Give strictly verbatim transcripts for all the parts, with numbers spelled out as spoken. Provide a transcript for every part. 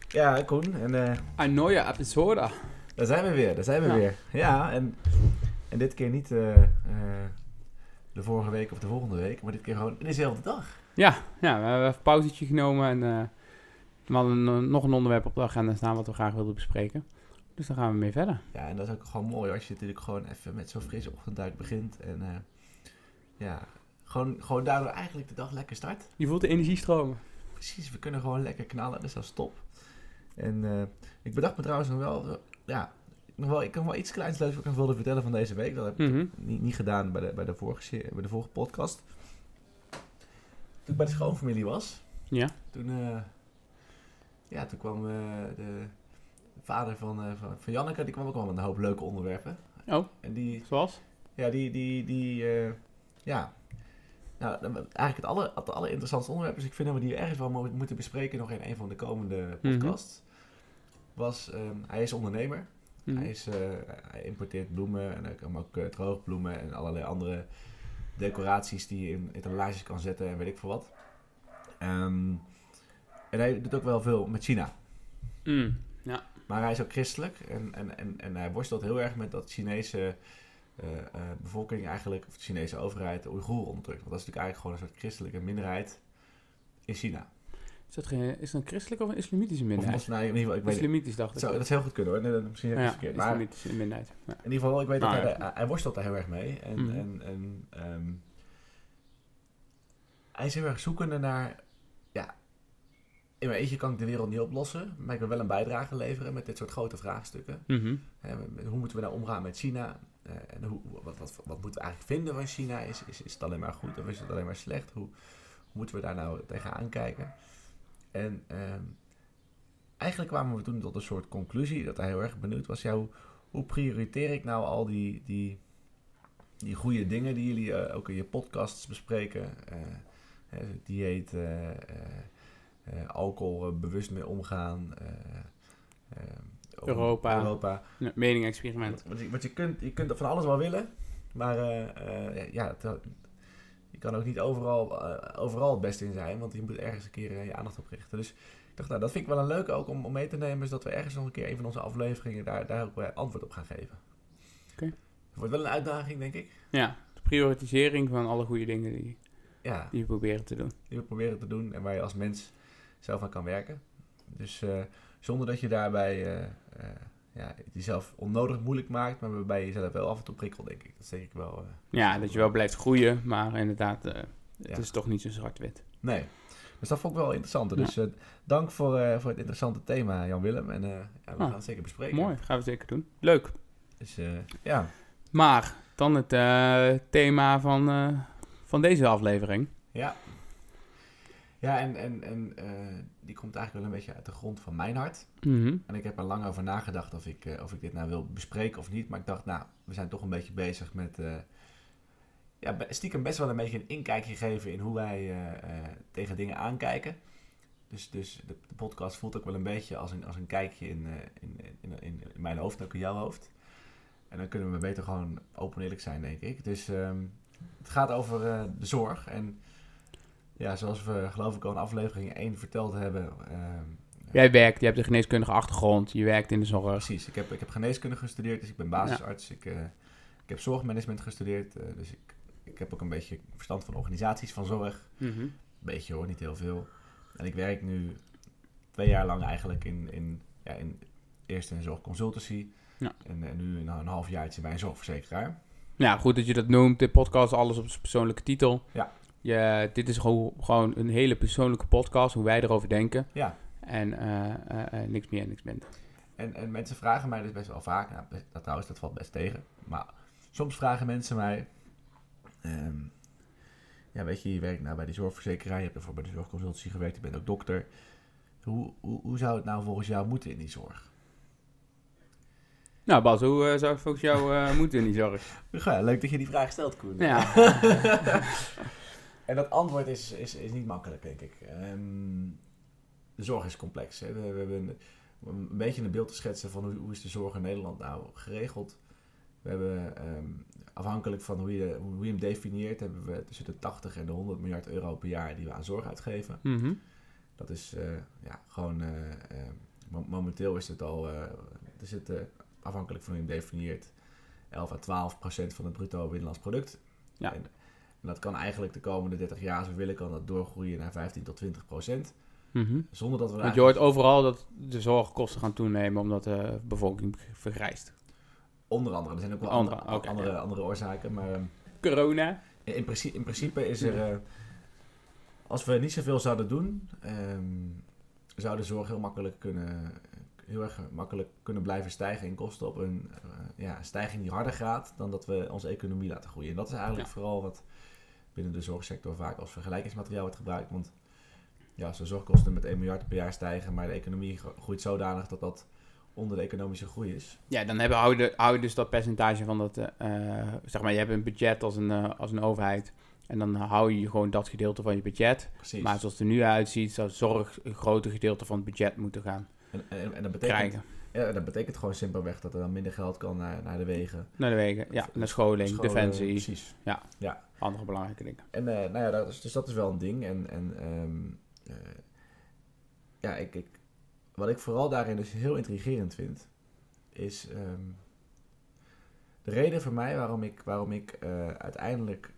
Ja, Koen. En, uh, Een nieuwe episode. Daar zijn we weer, daar zijn we ja. weer. Ja, en, en dit keer niet uh, uh, de vorige week of de volgende week, maar dit keer gewoon dezelfde dag. Ja, ja, we hebben even een pauzetje genomen en uh, we hadden uh, nog een onderwerp op de agenda staan wat we graag wilden bespreken. Dus daar gaan we mee verder. Ja, en dat is ook gewoon mooi als je natuurlijk gewoon even met zo'n frisse ochtendduik begint. En uh, ja, gewoon, gewoon daardoor eigenlijk de dag lekker start. Je voelt de energie stromen. Precies, we kunnen gewoon lekker knallen, dus dat is top. En uh, ik bedacht me trouwens nog wel, uh, ja, nog wel, ik kan wel iets kleins leuks wat ik nog wilde vertellen van deze week. Dat heb ik mm-hmm. niet, niet gedaan bij de, bij, de vorige, bij de vorige podcast. Toen ik bij de schoonfamilie was, ja. toen, uh, ja, toen kwam uh, de vader van, uh, van, van Janneke, die kwam ook wel met een hoop leuke onderwerpen. Oh, en die, zoals? Ja, die, die, die uh, ja... Nou, eigenlijk het, aller, het allerinteressantste onderwerp, dus ik vind dat we die ergens wel mo- moeten bespreken nog in een van de komende podcasts, mm-hmm. was, um, hij is ondernemer. Mm-hmm. Hij, is, uh, hij importeert bloemen en hij kan ook uh, droogbloemen en allerlei andere decoraties die je in etalages kan zetten en weet ik veel wat. Um, en hij doet ook wel veel met China. Mm, ja. Maar hij is ook christelijk en, en, en, en hij worstelt heel erg met dat Chinese... Uh, uh, bevolking eigenlijk, of de Chinese overheid, de Oeigoeren onderdrukt. Want dat is natuurlijk eigenlijk gewoon een soort christelijke minderheid in China. Is dat, geen, is dat een christelijke of een islamitische minderheid? Of, nou, in ieder geval, ik weet Islamitisch dacht ik. Zo, dat is heel goed kunnen hoor, nee, dat misschien heb ik ja, verkeerd. Maar islamitische minderheid. Ja. In ieder geval, ik weet nou, dat hij, ja. hij, hij worstelt daar heel erg mee. En, mm-hmm. en, en um, hij is heel erg zoekende naar, ja, in mijn eentje kan ik de wereld niet oplossen, maar ik wil wel een bijdrage leveren met dit soort grote vraagstukken. Mm-hmm. He, hoe moeten we nou omgaan met China? Uh, en hoe, wat, wat, wat moeten we eigenlijk vinden van China? Is, is, is het alleen maar goed of is het alleen maar slecht? Hoe, hoe moeten we daar nou tegenaan kijken? En um, eigenlijk kwamen we toen tot een soort conclusie dat hij heel erg benieuwd was. Ja, hoe, hoe prioriteer ik nou al die, die, die goede dingen die jullie uh, ook in je podcasts bespreken? Uh, uh, dieet, uh, uh, uh, alcohol, uh, bewust mee omgaan... Uh, uh, Europa, Europa. Ja, mening-experiment. Want je, want je, kunt, je kunt van alles wel willen, maar uh, uh, ja, het, je kan ook niet overal, uh, overal het beste in zijn, want je moet ergens een keer uh, je aandacht op richten. Dus ik dacht, nou, dat vind ik wel een leuke ook om, om mee te nemen, is dat we ergens nog een keer een van onze afleveringen daar, daar ook weer antwoord op gaan geven. Oké. Okay. Het wordt wel een uitdaging, denk ik. Ja, de prioritisering van alle goede dingen die, ja, die we proberen te doen. Die we proberen te doen en waar je als mens zelf aan kan werken. Dus... Uh, Zonder dat je daarbij uh, uh, ja, jezelf onnodig moeilijk maakt, maar waarbij je jezelf wel af en toe prikkelt, denk ik. Dat denk ik wel. Uh, ja, dat je wel blijft groeien, maar inderdaad, uh, het ja. is toch niet zo zwart-wit. Nee, dus dat vond ik wel interessant. Ja. Dus uh, dank voor, uh, voor het interessante thema, Jan-Willem. En uh, ja, we oh, gaan het zeker bespreken. Mooi, gaan we zeker doen. Leuk. Dus uh, ja. Maar dan het uh, thema van, uh, van deze aflevering. Ja. Ja, en, en, en uh, die komt eigenlijk wel een beetje uit de grond van mijn hart. Mm-hmm. En ik heb er lang over nagedacht of ik, uh, of ik dit nou wil bespreken of niet. Maar ik dacht, nou, we zijn toch een beetje bezig met... Uh, ja, stiekem best wel een beetje een inkijkje geven in hoe wij uh, uh, tegen dingen aankijken. Dus, dus de, de podcast voelt ook wel een beetje als een, als een kijkje in, uh, in, in, in, in mijn hoofd en ook in jouw hoofd. En dan kunnen we beter gewoon open en eerlijk zijn, denk ik. Dus um, het gaat over uh, de zorg en... Ja, zoals we geloof ik al in aflevering één verteld hebben. Uh, Jij werkt, je hebt een geneeskundige achtergrond, je werkt in de zorg. Precies, ik heb, ik heb geneeskunde gestudeerd, dus ik ben basisarts. Ja. Ik, uh, ik heb zorgmanagement gestudeerd, uh, dus ik, ik heb ook een beetje verstand van organisaties van zorg. Mm-hmm. Een beetje hoor, niet heel veel. En ik werk nu twee jaar lang eigenlijk in, in, ja, in eerst in een zorgconsultancy. Ja. En, en nu nou, een half jaartje bij een zorgverzekeraar. Ja, goed dat je dat noemt. De podcast, alles op zijn persoonlijke titel. Ja. Ja, dit is gewoon, gewoon een hele persoonlijke podcast, hoe wij erover denken. Ja. En uh, uh, uh, niks meer en niks minder. En, en mensen vragen mij dus best wel vaak, nou, dat, trouwens, dat valt best tegen. Maar soms vragen mensen mij, um, ja weet je, je werkt nou bij die zorgverzekeraar, je hebt ervoor bij de zorgconsultancy gewerkt, je bent ook dokter. Hoe, hoe, hoe zou het nou volgens jou moeten in die zorg? Nou Bas, hoe uh, zou het volgens jou uh, moeten in die zorg? Ja, leuk dat je die vraag stelt, Koen. Ja. En dat antwoord is, is, is niet makkelijk, denk ik. Um, de zorg is complex. Hè. We, we hebben een, een beetje een beeld te schetsen van hoe, hoe is de zorg in Nederland nou geregeld. We hebben, um, afhankelijk van hoe je, hoe je hem definieert, hebben we tussen de tachtig en de honderd miljard euro per jaar die we aan zorg uitgeven. Mm-hmm. Dat is uh, ja, gewoon uh, uh, Mo- momenteel is het al, uh, er zit, uh, afhankelijk van hoe je hem definieert, elf à twaalf procent van het bruto binnenlands product. Ja. En, en dat kan eigenlijk de komende dertig jaar, als we willen, kan dat doorgroeien naar vijftien tot twintig procent. Mm-hmm. Zonder dat we... Want je hoort overal dat de zorgkosten gaan toenemen omdat de bevolking vergrijst. Onder andere. Er zijn ook wel Andere, andere, okay, andere, ja. andere oorzaken. Maar um, corona. In, principe, in principe is er... Uh, als we niet zoveel zouden doen, um, zou de zorg heel makkelijk kunnen... heel erg makkelijk kunnen blijven stijgen in kosten op een uh, ja, stijging die harder gaat dan dat we onze economie laten groeien. En dat is eigenlijk ja. vooral wat binnen de zorgsector vaak als vergelijkingsmateriaal wordt gebruikt. Want ja, als de zorgkosten met één miljard per jaar stijgen, maar de economie groeit zodanig dat dat onder de economische groei is. Ja, dan hebben, hou, je, hou je dus dat percentage van dat, uh, zeg maar, je hebt een budget als een, uh, als een overheid. En dan hou je gewoon dat gedeelte van je budget. Precies. Maar zoals het er nu uitziet, zou zorg een groter gedeelte van het budget moeten gaan en, en, en dat betekent, krijgen. Ja, dat betekent gewoon simpelweg dat er dan minder geld kan naar, naar de wegen. Naar de wegen, ja. Of, naar scholing, scholen, defensie. Precies. Ja, ja, andere belangrijke dingen. En uh, nou ja, dat is, dus dat is wel een ding. En, en um, uh, ja, ik, ik, wat ik vooral daarin dus heel intrigerend vind, is um, de reden voor mij waarom ik, waarom ik uh, uiteindelijk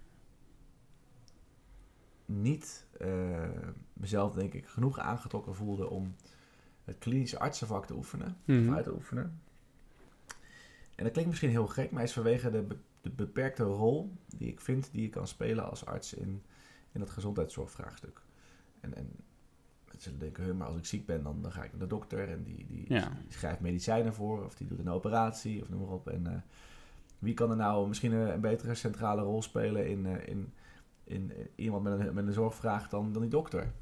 niet uh, mezelf, denk ik, genoeg aangetrokken voelde om het klinische artsenvak te oefenen, mm-hmm. of uit te oefenen. En dat klinkt misschien heel gek, maar is vanwege de, be- de beperkte rol die ik vind die je kan spelen als arts in, in het gezondheidszorgvraagstuk. En, en mensen zullen denken, huh, maar als ik ziek ben, dan, dan ga ik naar de dokter en die, die, ja. die schrijft medicijnen voor, of die doet een operatie, of noem maar op. En uh, wie kan er nou misschien een, een betere centrale rol spelen in, uh, in, in, in iemand met een, met een zorgvraag dan, dan die dokter?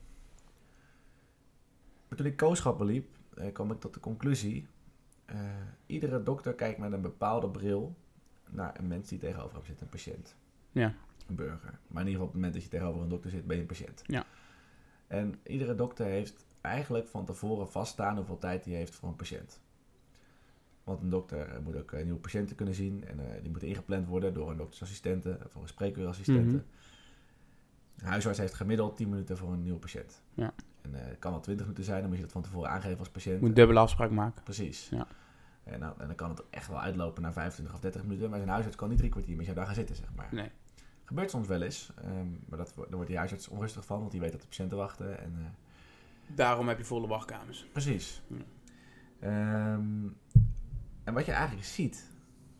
Maar toen ik kooschappen liep, uh, kwam ik tot de conclusie, uh, iedere dokter kijkt met een bepaalde bril naar een mens die tegenover hem zit, een patiënt. Ja. Een burger. Maar in ieder geval op het moment dat je tegenover een dokter zit, ben je een patiënt. Ja. En iedere dokter heeft eigenlijk van tevoren vaststaan hoeveel tijd hij heeft voor een patiënt. Want een dokter moet ook uh, nieuwe patiënten kunnen zien en uh, die moeten ingepland worden door een doktersassistente of een spreekuurassistente. Mm-hmm. Een huisarts heeft gemiddeld tien minuten voor een nieuwe patiënt. Ja. En uh, het kan wel twintig minuten zijn, dan moet je dat van tevoren aangeven als patiënt. Je moet dubbele afspraak maken. Precies. Ja. En, nou, en dan kan het echt wel uitlopen naar vijfentwintig of dertig minuten, maar zijn huisarts kan niet drie kwartier met jou daar gaan zitten, zeg maar. Nee. Gebeurt soms wel eens, um, maar dat, daar wordt die huisarts onrustig van, want die weet dat de patiënten wachten. En, uh, Daarom heb je volle wachtkamers. Precies. Ja. Um, en wat je eigenlijk ziet,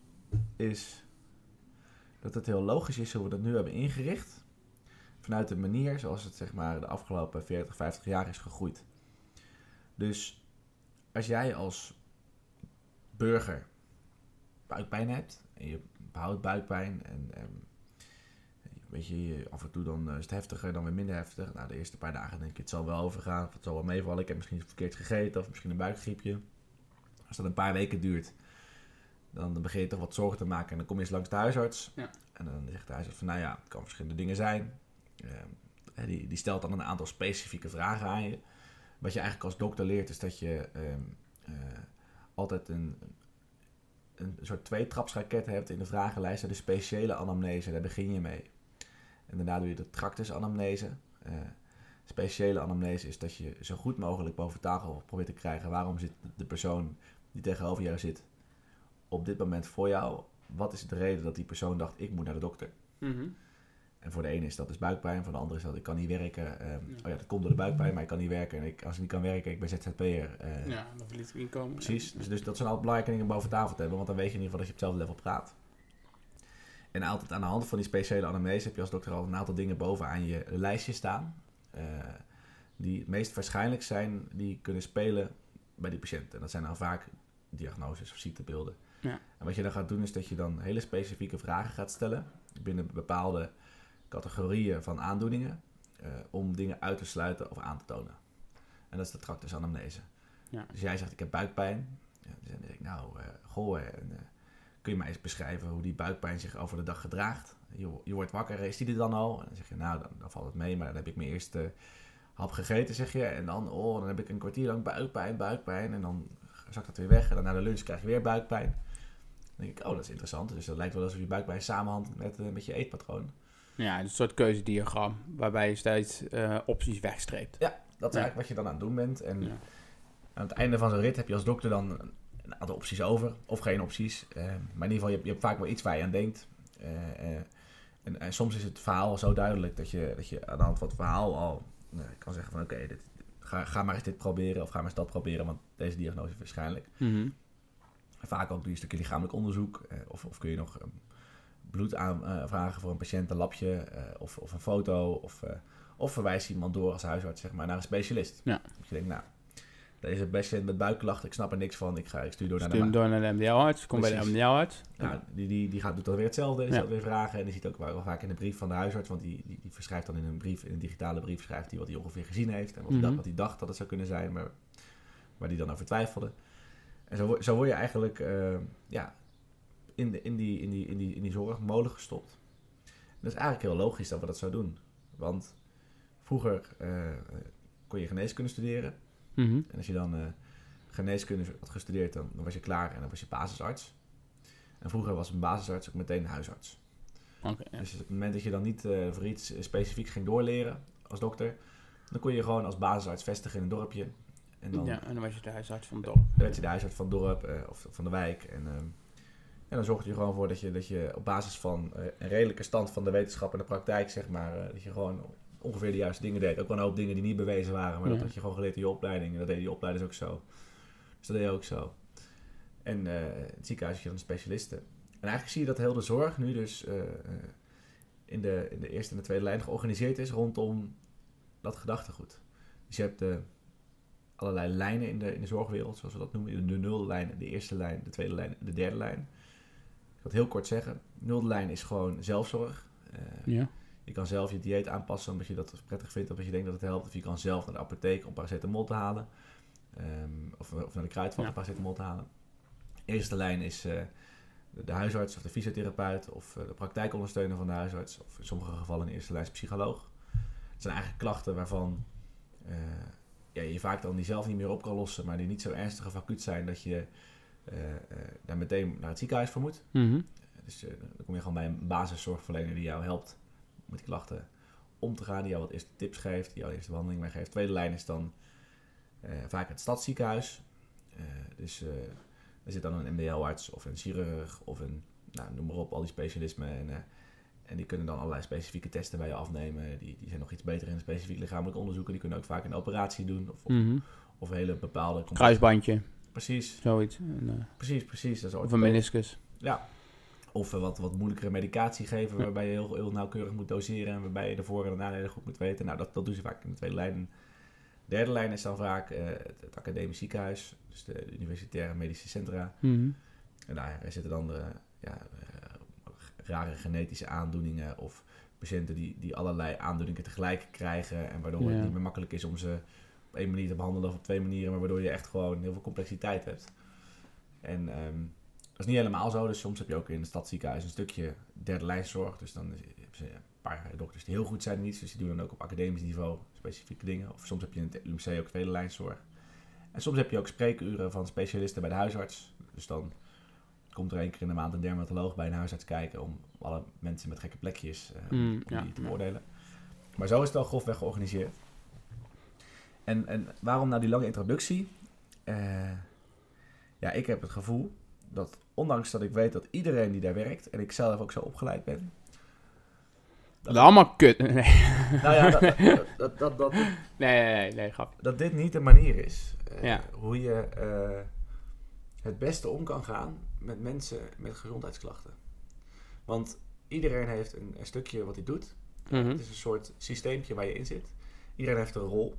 is dat het heel logisch is hoe we dat nu hebben ingericht, vanuit de manier zoals het zeg maar de afgelopen veertig, vijftig jaar is gegroeid. Dus als jij als burger buikpijn hebt en je behoudt buikpijn en um, weet je, af en toe dan is het heftiger, dan weer minder heftig. Nou, de eerste paar dagen denk je, het zal wel overgaan, of het zal wel meevallen. Ik heb misschien verkeerd gegeten of misschien een buikgriepje. Als dat een paar weken duurt, dan, dan begin je toch wat zorgen te maken en dan kom je eens langs de huisarts. Ja. En dan zegt de huisarts van, nou ja, het kan verschillende dingen zijn. Uh, die, die stelt dan een aantal specifieke vragen aan je. Wat je eigenlijk als dokter leert is dat je um, uh, altijd een, een soort tweetrapsraket hebt in de vragenlijst. De speciale anamnese, daar begin je mee. En daarna doe je de tractus-anamnese. Uh, speciale anamnese is dat je zo goed mogelijk boven tafel probeert te krijgen. Waarom zit de persoon die tegenover jou zit op dit moment voor jou? Wat is de reden dat die persoon dacht, ik moet naar de dokter? Mm-hmm. En voor de ene is dat dus buikpijn, voor de andere is dat ik kan niet werken. Um, ja. Oh ja, dat komt door de buikpijn, maar ik kan niet werken. En ik, als ik niet kan werken, ik ben Z Z P'er. Uh, ja, dan verlies ik inkomen. Precies, ja. dus, dus dat zijn al belangrijke dingen om boven tafel te hebben, want dan weet je in ieder geval dat je op hetzelfde level praat. En altijd aan de hand van die speciale anamnese heb je als dokter al een aantal dingen bovenaan je lijstje staan. Uh, die het meest waarschijnlijk zijn, die kunnen spelen bij die patiënt. En dat zijn dan vaak diagnoses of ziektebeelden. Ja. En wat je dan gaat doen is dat je dan hele specifieke vragen gaat stellen binnen bepaalde categorieën van aandoeningen uh, om dingen uit te sluiten of aan te tonen. En dat is de tractus-anamnese. Ja. Dus jij zegt, ik heb buikpijn. Ja, dus dan denk ik, nou, uh, goh, en, uh, kun je mij eens beschrijven hoe die buikpijn zich over de dag gedraagt? Je, je wordt wakker, is die er dan al? En dan zeg je, nou, dan, dan valt het mee, maar dan heb ik mijn eerste hap gegeten, zeg je. En dan, oh, dan heb ik een kwartier lang buikpijn, buikpijn. En dan zakt dat weer weg. En dan na de lunch krijg je weer buikpijn. Dan denk ik, oh, dat is interessant. Dus dat lijkt wel alsof je buikpijn samenhangt met, uh, met je eetpatroon. Ja, een soort keuzediagram, waarbij je steeds uh, opties wegstreept. Ja, dat is ja. eigenlijk wat je dan aan het doen bent. En ja. Aan het einde van zo'n rit heb je als dokter dan een aantal opties over. Of geen opties. Uh, maar in ieder geval, je hebt, je hebt vaak wel iets waar je aan denkt. Uh, uh, en, en soms is het verhaal zo duidelijk dat je, dat je aan de hand van het verhaal al uh, kan zeggen van oké, okay, ga, ga maar eens dit proberen of ga maar eens dat proberen, want deze diagnose is waarschijnlijk. Mm-hmm. Vaak ook doe je een stukje lichamelijk onderzoek. Uh, of, of kun je nog um, bloed aanvragen uh, voor een patiënt, een labje uh, of, of een foto. Of, uh, of verwijs je iemand door als huisarts zeg maar, naar een specialist. Ja. Dus je denkt, nou, deze patiënt met buikklachten, ik snap er niks van. Ik, ga, ik stuur door naar stuur de, door naar de M D L-arts, kom bij de M D L-arts. Nou, die, die, die gaat, doet dan weer hetzelfde, die ja. weer vragen. En die ziet ook wel vaak in de brief van de huisarts, want die, die, die verschrijft dan in een brief, in een digitale brief, schrijft hij wat hij ongeveer gezien heeft. En wat, mm-hmm. hij, dacht, wat hij dacht dat het zou kunnen zijn, maar waar hij dan over twijfelde. En zo, zo word je eigenlijk uh, ja, in, de, in, die, in, die, in, die, in die zorgmolen gestopt. En dat is eigenlijk heel logisch dat we dat zo doen. Want vroeger uh, kon je geneeskunde studeren. Mm-hmm. En als je dan uh, geneeskunde had gestudeerd, dan, dan was je klaar en dan was je basisarts. En vroeger was een basisarts ook meteen een huisarts. Okay, ja. Dus op het moment dat je dan niet uh, voor iets specifiek ging doorleren als dokter, dan kon je gewoon als basisarts vestigen in een dorpje. En dan, ja, en dan was je de huisarts van het dorp. Dan werd je de huisarts van het dorp uh, of van de wijk. En, uh, en dan zorgde je gewoon voor dat je, dat je op basis van uh, een redelijke stand van de wetenschap en de praktijk, zeg maar, uh, dat je gewoon ongeveer de juiste dingen deed. Ook wel een hoop dingen die niet bewezen waren, maar ja. dat had je gewoon geleerd in je opleiding. En dat deden die opleiders ook zo. Dus dat deed je ook zo. En uh, het ziekenhuis had je dan specialisten. En eigenlijk zie je dat heel de zorg nu dus uh, uh, in, de, in de eerste en de tweede lijn georganiseerd is rondom dat gedachtegoed. Dus je hebt uh, allerlei lijnen in de, in de zorgwereld, zoals we dat noemen. De nullijn, de eerste lijn, de tweede lijn en de derde lijn. Ik wil het heel kort zeggen. De nulde lijn is gewoon zelfzorg. Uh, ja. Je kan zelf je dieet aanpassen omdat je dat prettig vindt of als je denkt dat het helpt. Of je kan zelf naar de apotheek om paracetamol te halen. Um, of, of naar de kruidvat om ja. paracetamol te halen. De eerste lijn is uh, de, de huisarts of de fysiotherapeut of uh, de praktijkondersteuner van de huisarts. Of in sommige gevallen de eerste lijn is psycholoog. Het zijn eigenlijk klachten waarvan uh, ja, je vaak dan die zelf niet meer op kan lossen, maar die niet zo ernstig of acuut zijn dat je uh, uh, daar meteen naar het ziekenhuis voor moet. Mm-hmm. Dus uh, dan kom je gewoon bij een basiszorgverlener die jou helpt met die klachten om te gaan, die jou wat eerste tips geeft, die jou de eerste behandeling meegeeft. De tweede lijn is dan uh, vaak het stadsziekenhuis. Uh, dus uh, er zit dan een M D L-arts of een chirurg of een, nou, noem maar op, al die specialismen. En, uh, en die kunnen dan allerlei specifieke testen bij je afnemen. Die, die zijn nog iets beter in specifiek lichamelijk onderzoeken. Die kunnen ook vaak een operatie doen of, of, mm-hmm. of hele bepaalde... Kruisbandje. Precies. Zoiets. En, uh, precies, precies. Dat is of een meniscus. Ja. Of uh, wat, wat moeilijkere medicatie geven, ja. waarbij je heel, heel nauwkeurig moet doseren en waarbij je de voor- en de nadelen goed moet weten. Nou, dat, dat doen ze vaak in de tweede lijn. De derde lijn is dan vaak uh, het, het academisch ziekenhuis, dus de, de universitaire medische centra. Mm-hmm. En daar zitten dan de, ja, uh, rare genetische aandoeningen of patiënten die, die allerlei aandoeningen tegelijk krijgen en waardoor ja. het niet meer makkelijk is om ze op één manier te behandelen of op twee manieren, maar waardoor je echt gewoon heel veel complexiteit hebt. En um, dat is niet helemaal zo, dus soms heb je ook in het stadsziekenhuis een stukje derde lijnszorg. Dus dan hebben ze een paar dokters die heel goed zijn in iets, dus die doen dan ook op academisch niveau specifieke dingen. Of soms heb je in het U M C ook tweede lijnszorg. En soms heb je ook spreekuren van specialisten bij de huisarts. Dus dan komt er één keer in de maand een dermatoloog bij een huisarts kijken om alle mensen met gekke plekjes uh, mm, om ja, die te beoordelen. Maar zo is het al grofweg georganiseerd. En, en waarom nou die lange introductie? Uh, ja, ik heb het gevoel dat ondanks dat ik weet dat iedereen die daar werkt, en ik zelf ook zo opgeleid ben... Dat is allemaal kut. Nee. Nou ja, dat, dat, dat, dat, dat, nee, nee, nee, nee, grap. Dat dit niet de manier is uh, ja. hoe je uh, het beste om kan gaan met mensen met gezondheidsklachten. Want iedereen heeft een, een stukje wat hij doet. Mm-hmm. Het is een soort systeempje waar je in zit. Iedereen heeft een rol.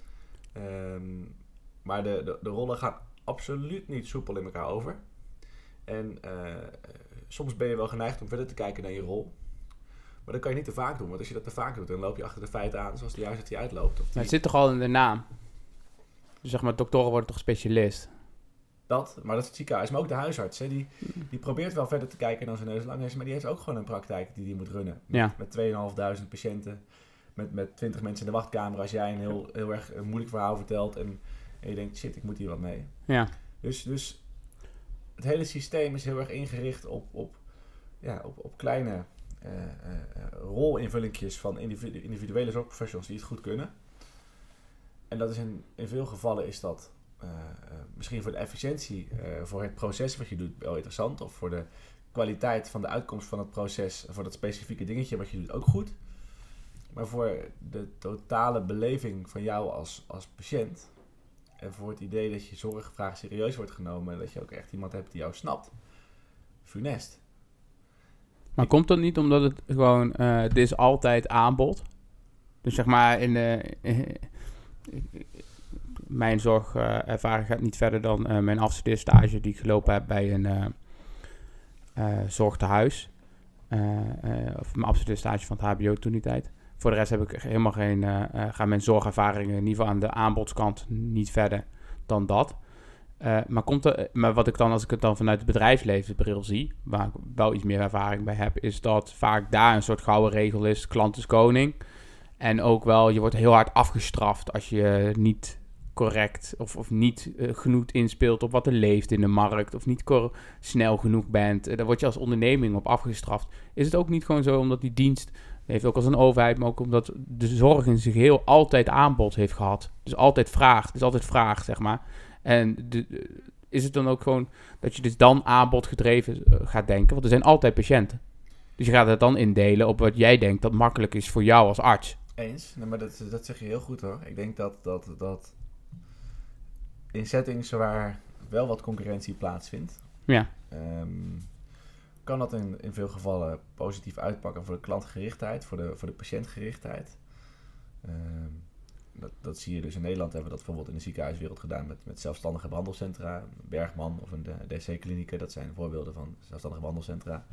Um, maar de, de, de rollen gaan absoluut niet soepel in elkaar over. En uh, soms ben je wel geneigd om verder te kijken naar je rol. Maar dat kan je niet te vaak doen. Want als je dat te vaak doet, dan loop je achter de feiten aan zoals de juist dat die uitloopt. Of die... Het zit toch al in de naam? Dus zeg maar, doktoren worden toch specialist? Dat, maar dat is het ziekenhuis. Maar ook de huisarts. Hè, die, die probeert wel verder te kijken dan zijn neus lang is. Maar die heeft ook gewoon een praktijk die die moet runnen. Met, ja. met tweeduizend vijfhonderd patiënten. Met, met twintig mensen in de wachtkamer. Als jij een heel, heel erg een moeilijk verhaal vertelt. En, en je denkt, shit, ik moet hier wat mee. Ja. Dus, dus het hele systeem is heel erg ingericht op, op, ja, op, op kleine... Uh, uh, uh, rolinvullingjes van individu- individuele zorgprofessionals die het goed kunnen. En dat is in, in veel gevallen is dat uh, uh, misschien voor de efficiëntie, uh, voor het proces wat je doet wel interessant. Of voor de kwaliteit van de uitkomst van het proces, voor dat specifieke dingetje wat je doet ook goed. Maar voor de totale beleving van jou als, als patiënt en voor het idee dat je zorgvraag serieus wordt genomen en dat je ook echt iemand hebt die jou snapt, funest. Maar komt dat niet omdat het gewoon, uh, het is altijd aanbod? Dus zeg maar, in de, uh, mijn zorgervaring gaat niet verder dan uh, mijn afstudeerstage die ik gelopen heb bij een uh, uh, zorgtehuis. Uh, uh, of mijn afstudeerstage van het H B O toen die tijd. Voor de rest heb ik helemaal geen, uh, uh, gaan mijn zorgervaringen in ieder geval aan de aanbodskant niet verder dan dat. Uh, maar, komt er, maar wat ik dan, als ik het dan vanuit het bedrijfslevenbril zie, waar ik wel iets meer ervaring bij heb, is dat vaak daar een soort gouden regel is, klant is koning. En ook wel, je wordt heel hard afgestraft als je niet correct of, of niet uh, genoeg inspeelt op wat er leeft in de markt, of niet cor- snel genoeg bent. Uh, daar word je als onderneming op afgestraft. Is het ook niet gewoon zo, omdat die dienst heeft ook als een overheid, maar ook omdat de zorg in zich heel altijd aanbod heeft gehad. Dus altijd vraag, dus altijd vraag, zeg maar. En de, de, is het dan ook gewoon dat je dus dan aanbodgedreven uh, gaat denken? Want er zijn altijd patiënten. Dus je gaat het dan indelen op wat jij denkt dat makkelijk is voor jou als arts. Eens, nee, maar dat, dat zeg je heel goed hoor. Ik denk dat, dat, dat in settings waar wel wat concurrentie plaatsvindt, ja. um, kan dat in, in veel gevallen positief uitpakken voor de klantgerichtheid, voor de, voor de patiëntgerichtheid. Um, Dat, dat zie je dus in Nederland, hebben we dat bijvoorbeeld in de ziekenhuiswereld gedaan met, met zelfstandige behandelcentra. Bergman of een D C-klinieken, dat zijn voorbeelden van zelfstandige behandelcentra.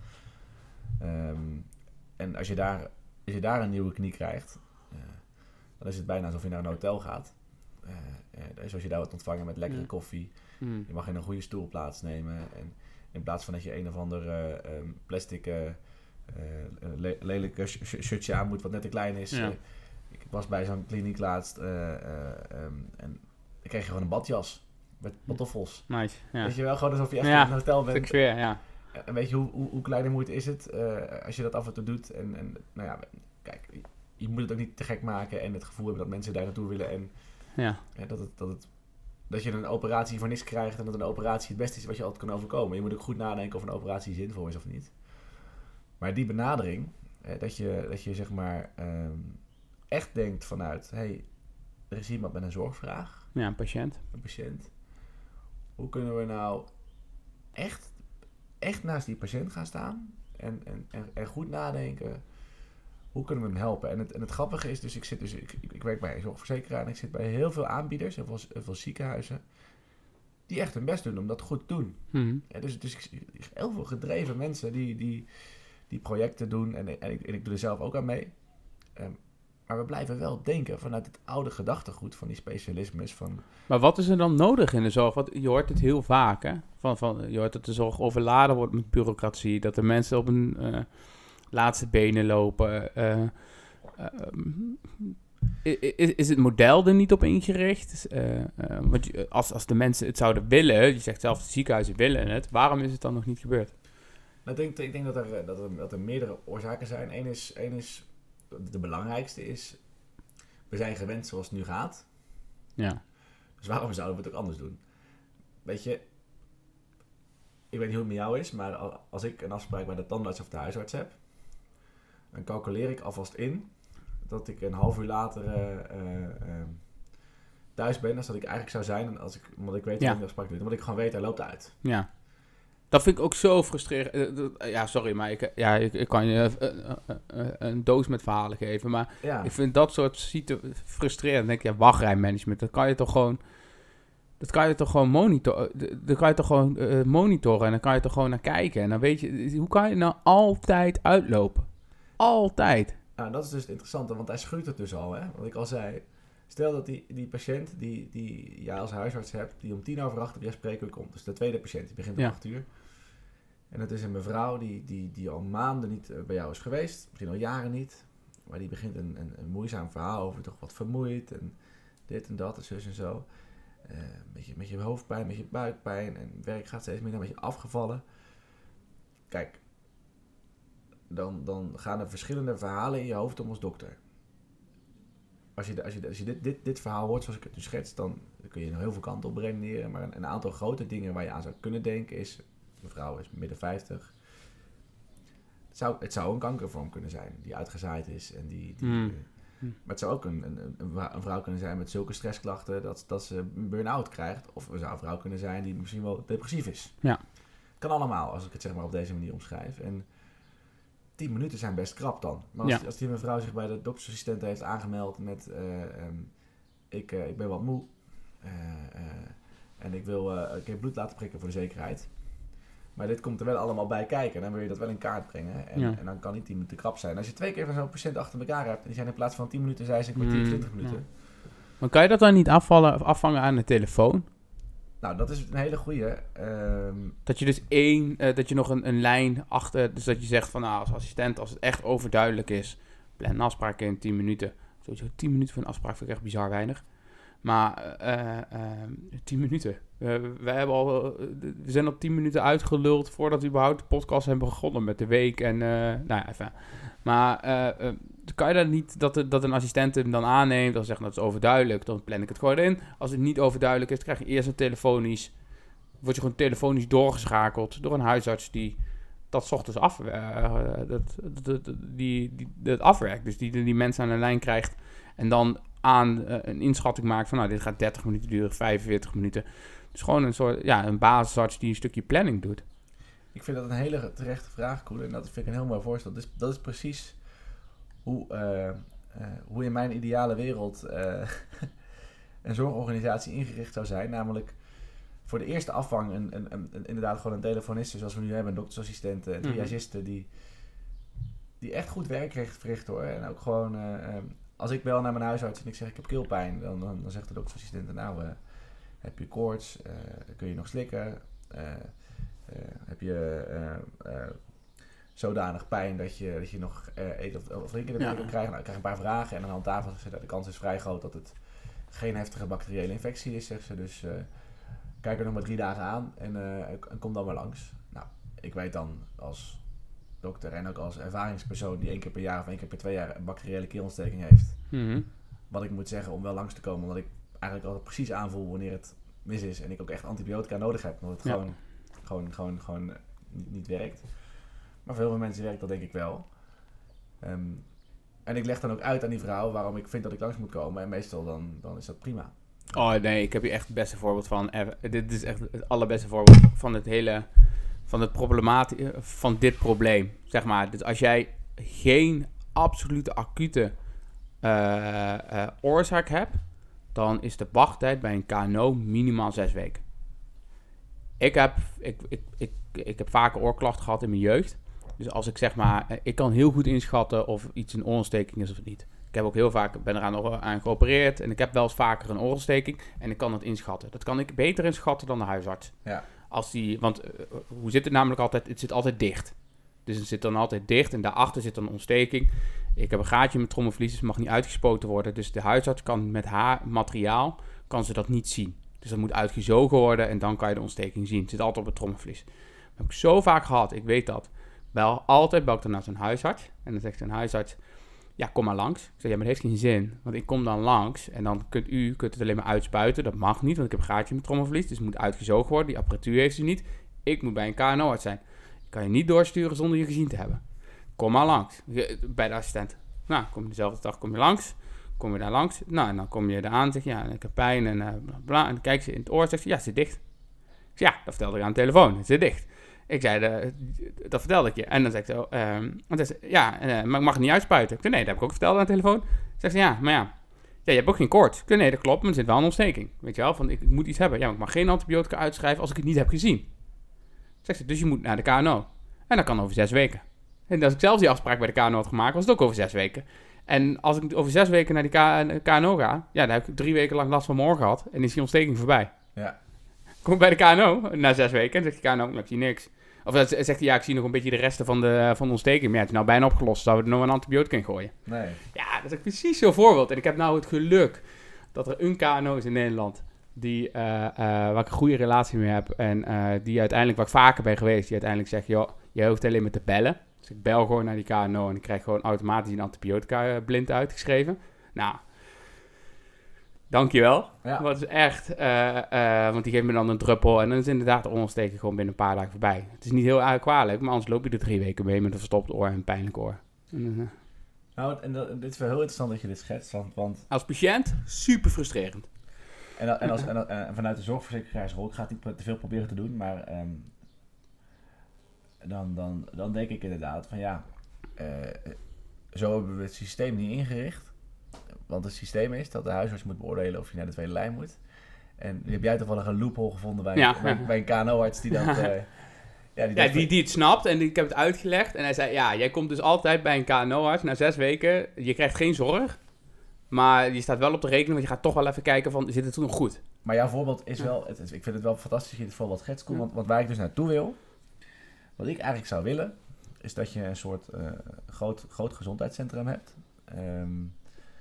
Um, en als je, daar, als je daar een nieuwe knie krijgt, uh, dan is het bijna alsof je naar een hotel gaat. Uh, uh, zoals je daar wordt ontvangen met lekkere Mm. koffie. Mm. Je mag in een goede stoel plaatsnemen. En in plaats van dat je een of ander uh, um, plastic uh, uh, le- lelijke sh- sh- shirtje aan moet wat net te klein is. Ja. Uh, Ik was bij zo'n kliniek laatst uh, uh, um, en ik kreeg gewoon een badjas met pantoffels. Nice, ja. Weet je wel, gewoon alsof je echt Ja, in een hotel bent. Weer, ja. En weet je hoe, hoe, hoe klein de moeite is het uh, als je dat af en toe doet. En, en nou ja, kijk, je moet het ook niet te gek maken en het gevoel hebben dat mensen daar naartoe willen. En Ja. ja, dat, het, dat, het, dat je een operatie voor niks krijgt en dat een operatie het beste is wat je altijd kan overkomen. Je moet ook goed nadenken of een operatie zinvol is of niet. Maar die benadering, eh, dat, je, dat je zeg maar... Um, echt denkt vanuit, hé, hey, er is iemand met een zorgvraag. Ja, een patiënt. Een patiënt. Hoe kunnen we nou echt, echt naast die patiënt gaan staan en, en, en, en goed nadenken, hoe kunnen we hem helpen? En het, en het grappige is, dus ik zit dus, ik, ik, ik werk bij een zorgverzekeraar en ik zit bij heel veel aanbieders, heel veel, heel veel ziekenhuizen, die echt hun best doen om dat goed te doen. Mm-hmm. Ja, dus, dus ik zie heel veel gedreven mensen die, die, die projecten doen en, en, ik, en ik doe er zelf ook aan mee. Um, Maar we blijven wel denken vanuit het oude gedachtegoed van die specialismes. Van... Maar wat is er dan nodig in de zorg? Want je hoort het heel vaak, hè? Van, van, je hoort dat de zorg overladen wordt met bureaucratie. Dat de mensen op hun uh, laatste benen lopen. Uh, uh, is, is het model er niet op ingericht? Uh, uh, want je, als, als de mensen het zouden willen, je zegt zelf de ziekenhuizen willen het, waarom is het dan nog niet gebeurd? Nou, ik denk, ik denk dat, er, dat, er, dat er meerdere oorzaken zijn. Eén is... Één is de belangrijkste is, we zijn gewend zoals het nu gaat. Ja. Dus waarom zouden we het ook anders doen? Weet je, ik weet niet hoe het met jou is, maar als ik een afspraak bij de tandarts of de huisarts heb, dan calculeer ik alvast in dat ik een half uur later uh, uh, uh, thuis ben, dan dat ik eigenlijk zou zijn, als ik, omdat ik weet dat ja. ik de afspraak doe, omdat ik gewoon weet, hij loopt uit. Ja. Dat vind ik ook zo frustrerend. Ja, sorry, maar ik, ja, ik, ik kan je een, een, een doos met verhalen geven. Maar ja. ik vind dat soort situ- frustrerend. Dan denk ik, ja, wachtrijmanagement, dat kan je toch gewoon... Dat kan je toch gewoon monitoren. Dat kan je toch gewoon uh, monitoren en dan kan je toch gewoon naar kijken. En dan weet je, hoe kan je nou altijd uitlopen? Altijd. Nou, dat is dus het interessante, want hij schuurt het dus al, hè. Wat ik al zei. Stel dat die, die patiënt die, die jij als huisarts hebt, die om tien over acht op jouw spreekuur komt. Dus de tweede patiënt, die begint om ja. acht uur. En het is een mevrouw die, die, die al maanden niet uh, bij jou is geweest. Misschien al jaren niet. Maar die begint een, een, een moeizaam verhaal over, toch wat vermoeid. En dit en dat en zus en zo. Uh, met, je, met je hoofdpijn, met je buikpijn. En werk gaat steeds minder, een beetje afgevallen. Kijk. Dan, dan gaan er verschillende verhalen in je hoofd om als dokter. als je, als je, als je dit, dit, dit verhaal hoort zoals ik het nu schets, dan kun je nog heel veel kanten op redeneren. Maar een, een aantal grote dingen waar je aan zou kunnen denken is, een vrouw is midden vijftig. Het zou, het zou een kankervorm kunnen zijn die uitgezaaid is. En die, die, Mm. uh, maar het zou ook een, een, een vrouw kunnen zijn met zulke stressklachten dat, dat ze een burn-out krijgt. Of er zou een vrouw kunnen zijn die misschien wel depressief is. Ja. Kan allemaal, als ik het zeg maar op deze manier omschrijf. En tien minuten zijn best krap dan. Maar als, Ja. als die mevrouw zich bij de doktersassistent heeft aangemeld met... Uh, um, ik, uh, ik ben wat moe. Uh, uh, en ik wil uh, ik heb bloed laten prikken voor de zekerheid. Maar dit komt er wel allemaal bij kijken. Dan wil je dat wel in kaart brengen. En, Ja. en dan kan die tien minuten krap zijn. Als je twee keer van zo'n patiënt achter elkaar hebt... en die zijn in plaats van tien minuten, zijn ze een kwartier, Mm, twintig minuten. Ja. Maar kan je dat dan niet afvallen, of afvangen aan de telefoon? Nou, dat is een hele goeie. Um, Dat je dus één, uh, dat je nog een, een lijn achter, dus dat je zegt van nou, als assistent, als het echt overduidelijk is, plan een afspraak in tien minuten. Sowieso tien minuten voor een afspraak vind ik echt bizar weinig. Maar uh, uh, tien minuten. Uh, we, hebben al, uh, we zijn al tien minuten uitgeluld voordat we überhaupt de podcast hebben begonnen met de week. En, uh, nou ja, even. Maar uh, uh, kan je dat niet, dat, de, dat een assistent hem dan aanneemt, dan zegt dat is overduidelijk, dan plan ik het gewoon in. Als het niet overduidelijk is, dan krijg je eerst een telefonisch, word je gewoon telefonisch doorgeschakeld door een huisarts die dat 's ochtends af, uh, dat, dat, dat, die, die, dat afwerkt. Dus die die mensen aan de lijn krijgt en dan aan uh, een inschatting maakt van nou, dit gaat dertig minuten duren, vijfenveertig minuten. Dus gewoon een soort, ja, een basisarts die een stukje planning doet. Ik vind dat een hele terechte vraag, Koen. En dat vind ik een heel mooi voorstel. Dus dat is precies hoe, uh, uh, hoe in mijn ideale wereld uh, een zorgorganisatie ingericht zou zijn. Namelijk voor de eerste afvang een, een, een, een, inderdaad gewoon een telefoniste zoals we nu hebben. Een doktersassistenten, een triagisten die, die echt goed werk verricht hoor. En ook gewoon, uh, um, als ik bel naar mijn huisarts en ik zeg ik heb keelpijn. Dan, dan, dan zegt de doktersassistent nou uh, heb je koorts, uh, kun je nog slikken. Uh, Uh, heb je uh, uh, zodanig pijn dat je, dat je nog uh, eten of, of drinken erbij ja. kan krijgen? Nou, ik krijg een paar vragen en dan aan tafel zegt ze, de kans is vrij groot dat het geen heftige bacteriële infectie is, zegt ze. Dus uh, kijk er nog maar drie dagen aan en, uh, en kom dan maar langs. Nou, ik weet dan als dokter en ook als ervaringspersoon die één keer per jaar of één keer per twee jaar een bacteriële keelontsteking heeft, mm-hmm. wat ik moet zeggen om wel langs te komen, omdat ik eigenlijk altijd precies aanvoel wanneer het mis is en ik ook echt antibiotica nodig heb, omdat het ja. gewoon... Gewoon, gewoon, gewoon niet, niet werkt. Maar voor heel veel mensen werkt dat denk ik wel. Um, en ik leg dan ook uit aan die vrouw waarom ik vind dat ik langs moet komen. En meestal dan, dan is dat prima. Oh nee, ik heb hier echt het beste voorbeeld van. Dit is echt het allerbeste voorbeeld van het hele... Van het problematisch... Van dit probleem. Zeg maar. Dus als jij geen absolute acute uh, uh, oorzaak hebt, dan is de wachttijd bij een K N O minimaal zes weken. Ik heb, ik, ik, ik, ik heb vaker oorklachten gehad in mijn jeugd. Dus als ik zeg maar... Ik kan heel goed inschatten of iets een oorontsteking is of niet. Ik heb ook heel vaak... ben eraan aan geopereerd. En ik heb wel eens vaker een oorontsteking. En ik kan dat inschatten. Dat kan ik beter inschatten dan de huisarts. Ja. Als die, want uh, hoe zit het namelijk altijd? Het zit altijd dicht. Dus het zit dan altijd dicht. En daarachter zit dan een ontsteking. Ik heb een gaatje met trommelvlies. Dus het mag niet uitgespoten worden. Dus de huisarts kan met haar materiaal... kan ze dat niet zien. Dus dat moet uitgezogen worden en dan kan je de ontsteking zien. Het zit altijd op het trommelvlies. Dat heb ik zo vaak gehad, ik weet dat. Bel altijd, bel ik dan naar zo'n huisarts. En dan zegt een huisarts, ja, kom maar langs. Ik zeg, ja, maar dat heeft geen zin. Want ik kom dan langs en dan kunt u kunt het alleen maar uitspuiten. Dat mag niet, want ik heb een gaatje met trommelvlies. Dus het moet uitgezogen worden. Die apparatuur heeft u niet. Ik moet bij een K N O-arts zijn. Ik kan je niet doorsturen zonder je gezien te hebben. Kom maar langs. Bij de assistent. Nou, kom je dezelfde dag kom je langs. Kom je daar langs, nou en dan kom je eraan en zeg je, ja, ik heb pijn en uh, bla, bla. En dan kijkt ze in het oor en zegt ze, ja, het zit dicht. Ik zeg, ja, dat vertelde ik aan de telefoon, het zit dicht. Ik zei, de, dat vertelde ik je. En dan zegt ze, um, dan zegt ze ja, uh, maar ik mag het niet uitspuiten. Ik zei, nee, dat heb ik ook verteld aan de telefoon. Zegt ze, ja, maar ja, ja, je hebt ook geen koorts. Ik zei, nee, dat klopt, maar er zit wel een ontsteking. Weet je wel, van ik, ik moet iets hebben. Ja, maar ik mag geen antibiotica uitschrijven als ik het niet heb gezien. Zegt ze, dus je moet naar de K N O. En dat kan over zes weken. En als ik zelf die afspraak bij de K N O had gemaakt, was het ook over zes weken. En als ik over zes weken naar die K N O ga, ja, dan heb ik drie weken lang last van mijn oor gehad en is die ontsteking voorbij. Ja. Kom ik bij de K N O na zes weken en zegt de K N O, ik zie niks. Of dan zegt hij, ja, ik zie nog een beetje de resten van de, van de ontsteking. Maar ja, het is nou bijna opgelost, zouden we er nog een antibiotica in gooien? Nee. Ja, dat is precies zo'n voorbeeld. En ik heb nou het geluk dat er een K N O is in Nederland die, uh, uh, waar ik een goede relatie mee heb. En uh, die uiteindelijk, waar ik vaker ben geweest, die uiteindelijk zegt, joh, je hoeft alleen maar te bellen. Dus ik bel gewoon naar die K N O en ik krijg gewoon automatisch een antibiotica blind uitgeschreven. Nou, dankjewel. Ja. Dat is echt, uh, uh, want die geeft me dan een druppel en dan is inderdaad de oorontsteking gewoon binnen een paar dagen voorbij. Het is niet heel erg kwalijk, maar anders loop je er drie weken mee met een verstopt oor en een pijnlijk oor. En, uh, nou, en dat, dit is wel heel interessant dat je dit schetst, want... want als patiënt, super frustrerend. En, en, als, en, en vanuit de zorgverzekeraarsrol, ik ga het niet te veel proberen te doen, maar um, dan, dan, dan denk ik inderdaad van ja, uh, zo hebben we het systeem niet ingericht. Want het systeem is dat de huisarts moet beoordelen of je naar de tweede lijn moet. En heb jij toevallig een loophole gevonden bij, ja. bij, bij een K N O-arts die dat... Uh, ja, die, ja die, die het snapt en die, ik heb het uitgelegd. En hij zei, ja, jij komt dus altijd bij een K N O-arts na zes weken. Je krijgt geen zorg. Maar je staat wel op de rekening, want je gaat toch wel even kijken van, zit het toen nog goed? Maar jouw voorbeeld is wel, het, ik vind het wel fantastisch dat je dit voorbeeld schetst, ja. want, want waar ik dus naartoe wil, wat ik eigenlijk zou willen, is dat je een soort uh, groot, groot gezondheidscentrum hebt, um,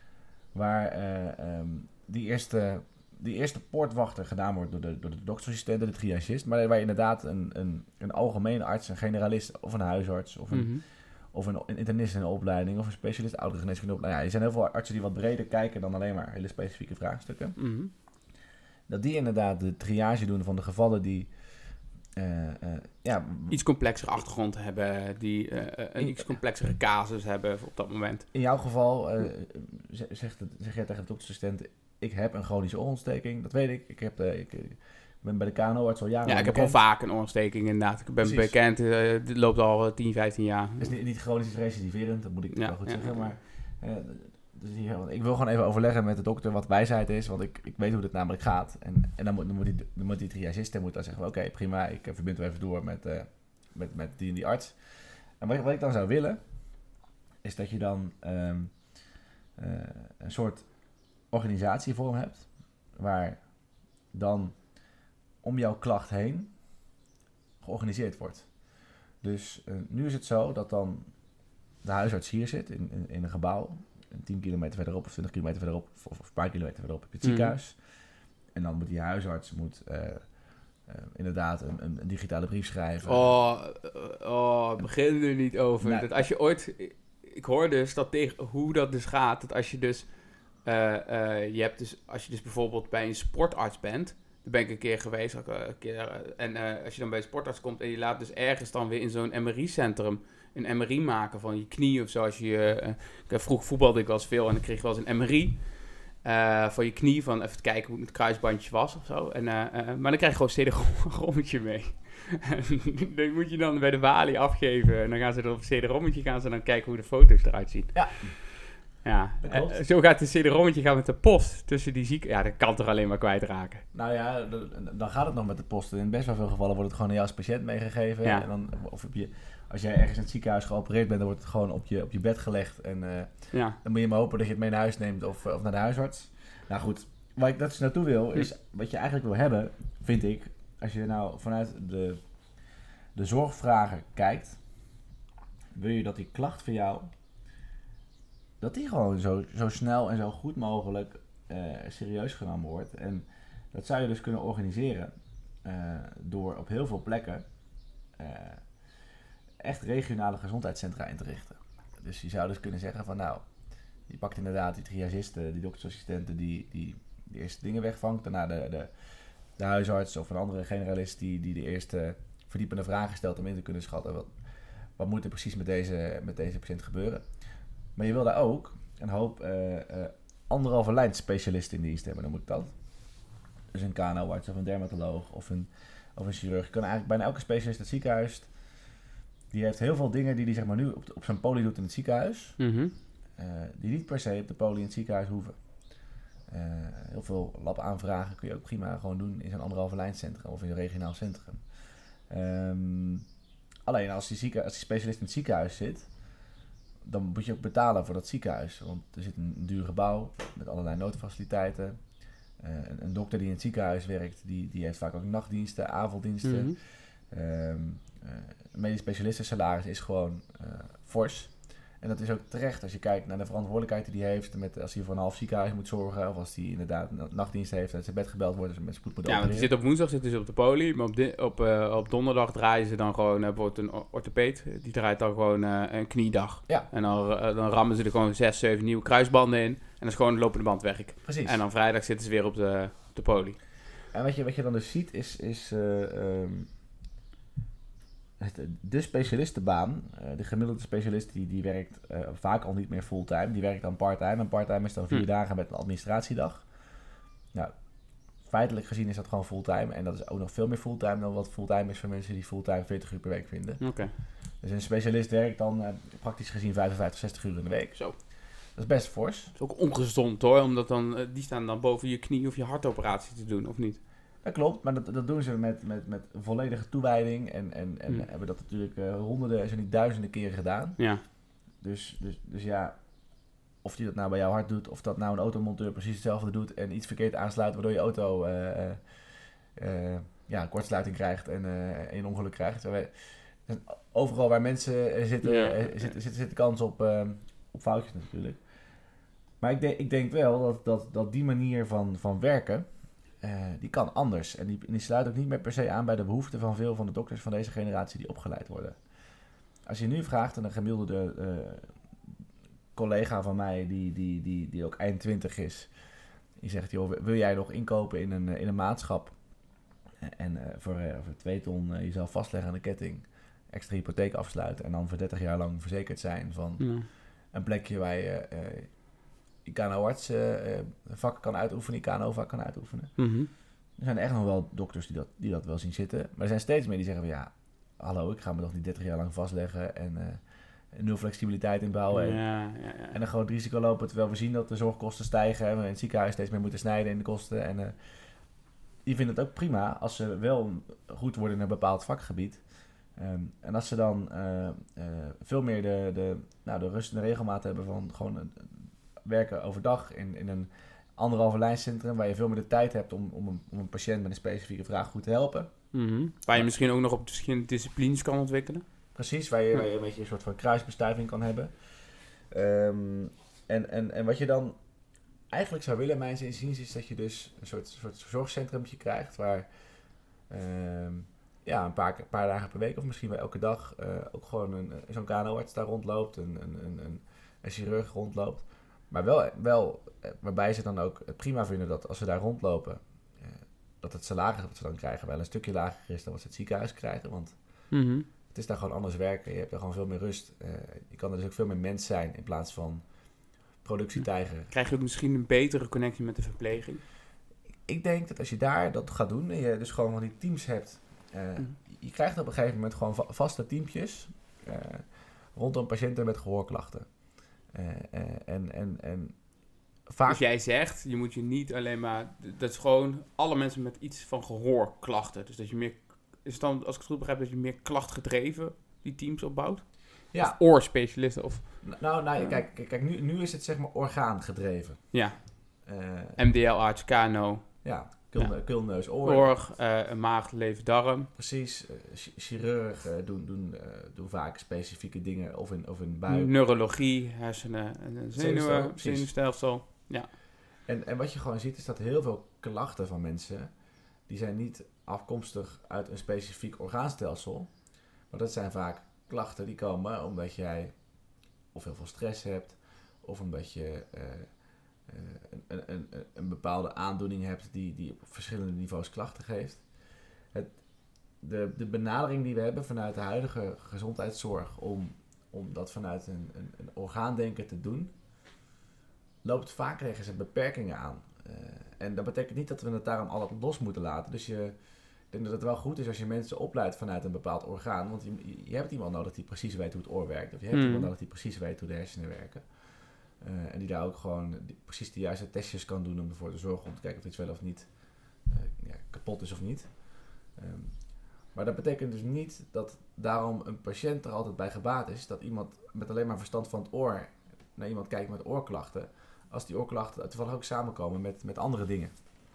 waar uh, um, die, eerste, die eerste poortwachter gedaan wordt door de, door de doktersassistenten, de triagist, maar waar je inderdaad een, een, een algemene arts, een generalist of een huisarts of een... Mm-hmm. Of een, een internist in de opleiding, of een specialist ouderengeneeskunde. Nou ja, er zijn heel veel artsen die wat breder kijken dan alleen maar hele specifieke vraagstukken. Mm-hmm. Dat die inderdaad de triage doen van de gevallen die... Uh, uh, ja, iets complexere achtergrond hebben, die uh, een in, iets complexere casus hebben op dat moment. In jouw geval uh, zegt het, zeg jij tegen de doktersassistent, ik heb een chronische oorontsteking, dat weet ik. Ik heb de... Ik, Ik ben bij de K N O-arts al jaren Ja, ik heb bekend. al vaak een oorontsteking inderdaad. Ik ben Precies. bekend, uh, dit loopt al tien, vijftien jaar. Het is niet, niet chronisch recidiverend, dat moet ik ja, wel goed ja, zeggen. Ja. Maar uh, dus hier, ik wil gewoon even overleggen met de dokter wat wijsheid is, want ik, ik weet hoe dit namelijk gaat. En, en dan, moet, dan, moet die, dan moet die triagist moet dan zeggen, oké, okay, prima, ik uh, verbind hem even door met, uh, met, met die en die arts. En wat, wat ik dan zou willen, is dat je dan um, uh, een soort organisatievorm hebt, waar dan... om jouw klacht heen georganiseerd wordt. Dus uh, nu is het zo dat dan de huisarts hier zit in, in, in een gebouw, tien kilometer verderop of twintig kilometer verderop of, of een paar kilometer verderop op het ziekenhuis. Mm. En dan moet die huisarts moet, uh, uh, inderdaad een, een, een digitale brief schrijven. Oh, oh begin er niet over. Nou, dat als je ooit, ik hoor dus dat tegen hoe dat dus gaat, dat als je dus, uh, uh, je hebt dus, als je dus bijvoorbeeld bij een sportarts bent. Daar ben ik een keer geweest. Een keer, en uh, als je dan bij een sportarts komt en je laat dus ergens dan weer in zo'n M R I-centrum een M R I maken van je knie of zo. Als je, uh, vroeger voetbalde ik wel eens veel en dan kreeg je wel eens een M R I uh, van je knie. Van even te kijken hoe het kruisbandje was of zo. En, uh, uh, maar dan krijg je gewoon een C D-rommetje mee. Dan moet je dan bij de balie afgeven. En dan gaan ze er op een C D-rommetje gaan ze dan kijken hoe de foto's eruit zien. Ja. Ja, uh, zo gaat de C D-rommetje gaan met de post tussen die zieken. Ja, dat kan toch alleen maar kwijtraken. Nou ja, dan gaat het nog met de post. In best wel veel gevallen wordt het gewoon aan jou als patiënt meegegeven. Ja. En dan, of op je, als jij ergens in het ziekenhuis geopereerd bent, dan wordt het gewoon op je, op je bed gelegd. En uh, ja. dan moet je maar hopen dat je het mee naar huis neemt of, of naar de huisarts. Nou goed, waar ik dat naartoe wil, is wat je eigenlijk wil hebben, vind ik, als je nou vanuit de, de zorgvragen kijkt, wil je dat die klacht van jou, dat die gewoon zo, zo snel en zo goed mogelijk uh, serieus genomen wordt. En dat zou je dus kunnen organiseren uh, door op heel veel plekken uh, echt regionale gezondheidscentra in te richten. Dus je zou dus kunnen zeggen van nou, je pakt inderdaad die triagisten, die doktersassistenten die, die de eerste dingen wegvangt. Daarna de, de, de huisarts of een andere generalist die, die de eerste verdiepende vragen stelt om in te kunnen schatten wat, wat moet er precies met deze, met deze patiënt gebeuren. Maar je wil daar ook een hoop uh, uh, anderhalve lijn specialisten in dienst hebben, dan moet dat. Dus een K N O-arts of een dermatoloog of een, of een chirurg. Je kan eigenlijk bijna elke specialist in het ziekenhuis, die heeft heel veel dingen die hij zeg maar, nu op, op zijn poli doet in het ziekenhuis, mm-hmm. uh, die niet per se op de poli in het ziekenhuis hoeven. Uh, heel veel labaanvragen kun je ook prima gewoon doen in zo'n anderhalve lijncentrum of in een regionaal centrum. Um, alleen als die, zieke, als die specialist in het ziekenhuis zit, dan moet je ook betalen voor dat ziekenhuis. Want er zit een duur gebouw met allerlei noodfaciliteiten. Uh, een, een dokter die in het ziekenhuis werkt, die, die heeft vaak ook nachtdiensten, avonddiensten. Mm-hmm. Um, uh, een medisch specialistensalaris is gewoon uh, fors. En dat is ook terecht als je kijkt naar de verantwoordelijkheid die hij heeft. Met, als hij voor een half ziekenhuis moet zorgen. Of als hij inderdaad een nachtdienst heeft. En zijn bed gebeld wordt. Dus met spoed moet ja, want die zit op woensdag zitten ze op de poli. Maar op, di- op, uh, op donderdag draaien ze dan gewoon. Uh, wordt een orthopeed. Die draait dan gewoon uh, een kniedag. Ja. En dan, uh, dan rammen ze er gewoon zes, zeven nieuwe kruisbanden in. dat is gewoon lopende bandwerk. Precies. En dan vrijdag zitten ze weer op de, op de poli. En wat je, wat je dan dus ziet is, is uh, um, het, de specialistenbaan. Uh, de gemiddelde specialist die, die werkt uh, vaak al niet meer fulltime. Die werkt dan parttime. En parttime is dan vier hm. dagen met een administratiedag. Nou, feitelijk gezien is dat gewoon fulltime. En dat is ook nog veel meer fulltime dan wat fulltime is voor mensen die fulltime veertig uur per week vinden. Oké. Okay. Dus een specialist werkt dan uh, praktisch gezien vijfenvijftig, zestig uur in de week. Zo. Dat is best fors. Dat is ook ongezond hoor, omdat dan, uh, die staan dan boven je knie of je hartoperatie te doen, of niet? Dat klopt, maar dat, dat doen ze met, met, met volledige toewijding en, en, en mm. hebben dat natuurlijk uh, honderden, zo niet duizenden keren gedaan. Ja. Dus, dus, dus ja, of die dat nou bij jouw hart doet, of dat nou een automonteur precies hetzelfde doet en iets verkeerd aansluit, waardoor je auto uh, uh, uh, ja, een kortsluiting krijgt en uh, een ongeluk krijgt. Overal waar mensen zitten, ja. uh, zit, zit, zit de kans op, uh, op foutjes natuurlijk. Maar ik, de, ik denk wel dat, dat, dat die manier van, van werken, uh, die kan anders. En die, die sluit ook niet meer per se aan bij de behoeften van veel van de dokters van deze generatie die opgeleid worden. Als je nu vraagt aan een gemiddelde uh, collega van mij, die, die, die, die ook eind twintig is, die zegt, joh, wil jij nog inkopen in een, in een maatschap en uh, voor, uh, voor twee ton uh, jezelf vastleggen aan de ketting, extra hypotheek afsluiten en dan voor dertig jaar lang verzekerd zijn van ja. een plekje waar je uh, je K N O-arts uh, vak kan uitoefenen, je K N O-vak kan uitoefenen. Mm-hmm. Er zijn echt nog wel dokters die dat, die dat wel zien zitten. Maar er zijn steeds meer die zeggen van ja, hallo, ik ga me toch niet dertig jaar lang vastleggen en uh, nul flexibiliteit inbouwen. En, ja, ja, ja. en een groot risico lopen terwijl we zien dat de zorgkosten stijgen en we in het ziekenhuis steeds meer moeten snijden in de kosten. En uh, die vinden het ook prima als ze wel goed worden in een bepaald vakgebied. Um, en als ze dan uh, uh, veel meer de, de, nou, de rust en de regelmaat hebben van gewoon uh, werken overdag in, in een anderhalve lijncentrum waar je veel meer de tijd hebt om, om, een, om een patiënt met een specifieke vraag goed te helpen. Mm-hmm. Waar je misschien ook nog op verschillende disciplines kan ontwikkelen. Precies, waar je, waar je een beetje een soort van kruisbestuiving kan hebben. Um, en, en, en wat je dan eigenlijk zou willen, mijns inziens, is dat je dus een soort, soort zorgcentrumtje krijgt waar um, ja, een paar, paar dagen per week of misschien wel elke dag uh, ook gewoon een, zo'n K N O-arts daar rondloopt, een, een, een, een, een chirurg rondloopt. Maar wel, wel waarbij ze dan ook het prima vinden dat als ze daar rondlopen, uh, dat het salaris dat ze dan krijgen wel een stukje lager is dan wat ze het ziekenhuis krijgen. Want mm-hmm. het is daar gewoon anders werken. Je hebt er gewoon veel meer rust. Uh, je kan er dus ook veel meer mens zijn in plaats van productietijger. Krijg je ook misschien een betere connectie met de verpleging? Ik denk dat als je daar dat gaat doen en je dus gewoon van die teams hebt. Uh, mm. Je krijgt op een gegeven moment gewoon va- vaste teampjes uh, rondom patiënten met gehoorklachten. Uh, uh, en, en, en vaak... Dus jij zegt, je moet je niet alleen maar... Dat is gewoon alle mensen met iets van gehoorklachten. Dus dat je meer... Is het dan, als ik het goed begrijp, dat je meer klachtgedreven die teams opbouwt? Ja. Of oorspecialisten? Of, nou, nou uh, kijk, kijk, kijk nu, nu is het zeg maar orgaangedreven. Ja. Uh, M D L-arts, K N O. Ja, Kul, ja. Kulneus, oor. Oor, uh, maag, lever, darm. Precies. Uh, chirurgen uh, doen, doen, uh, doen vaak specifieke dingen of in, of in buik. Neurologie, hersenen en zenuwen, zenuwstelsel. Ja. En, en wat je gewoon ziet is dat heel veel klachten van mensen, die zijn niet afkomstig uit een specifiek orgaanstelsel. Maar dat zijn vaak klachten die komen omdat jij of heel veel stress hebt, of omdat je uh, uh, een, een, een, een bepaalde aandoening hebt die, die op verschillende niveaus klachten geeft. Het, de, de benadering die we hebben vanuit de huidige gezondheidszorg om, om dat vanuit een, een, een orgaandenken te doen, loopt vaak tegen beperkingen aan. Uh, en dat betekent niet dat we het daarom altijd los moeten laten. Dus je, ik denk dat het wel goed is als je mensen opleidt vanuit een bepaald orgaan. Want je, je hebt iemand nodig die precies weet hoe het oor werkt. Of je hebt mm. iemand nodig die precies weet hoe de hersenen werken. Uh, en die daar ook gewoon die, precies de juiste testjes kan doen om ervoor te zorgen om te kijken of iets wel of niet uh, ja, kapot is of niet. Um, maar dat betekent dus niet dat daarom een patiënt er altijd bij gebaat is dat iemand met alleen maar verstand van het oor naar iemand kijkt met oorklachten, als die oorklachten toevallig ook samenkomen met, met andere dingen.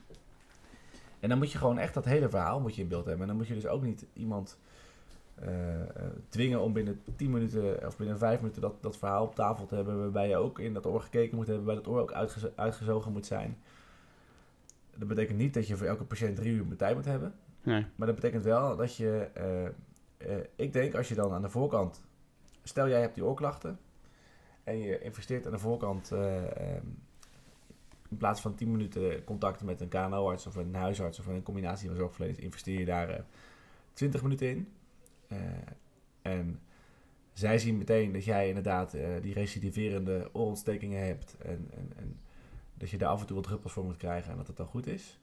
En dan moet je gewoon echt dat hele verhaal moet je in beeld hebben. En dan moet je dus ook niet iemand uh, uh, dwingen om binnen tien minuten of binnen vijf minuten dat, dat verhaal op tafel te hebben, waarbij je ook in dat oor gekeken moet hebben, waarbij dat oor ook uitgez- uitgezogen moet zijn. Dat betekent niet dat je voor elke patiënt drie uur tijd moet hebben. Nee. Maar dat betekent wel dat je, uh, uh, ik denk als je dan aan de voorkant, stel jij hebt die oorklachten en je investeert aan de voorkant uh, um, in plaats van tien minuten contact met een K N O-arts of een huisarts of een combinatie van zorgverleners, investeer je daar uh, twintig minuten in. Uh, en zij zien meteen dat jij inderdaad uh, die recidiverende oorontstekingen hebt en, en, en dat je daar af en toe wat druppels voor moet krijgen en dat het dan goed is.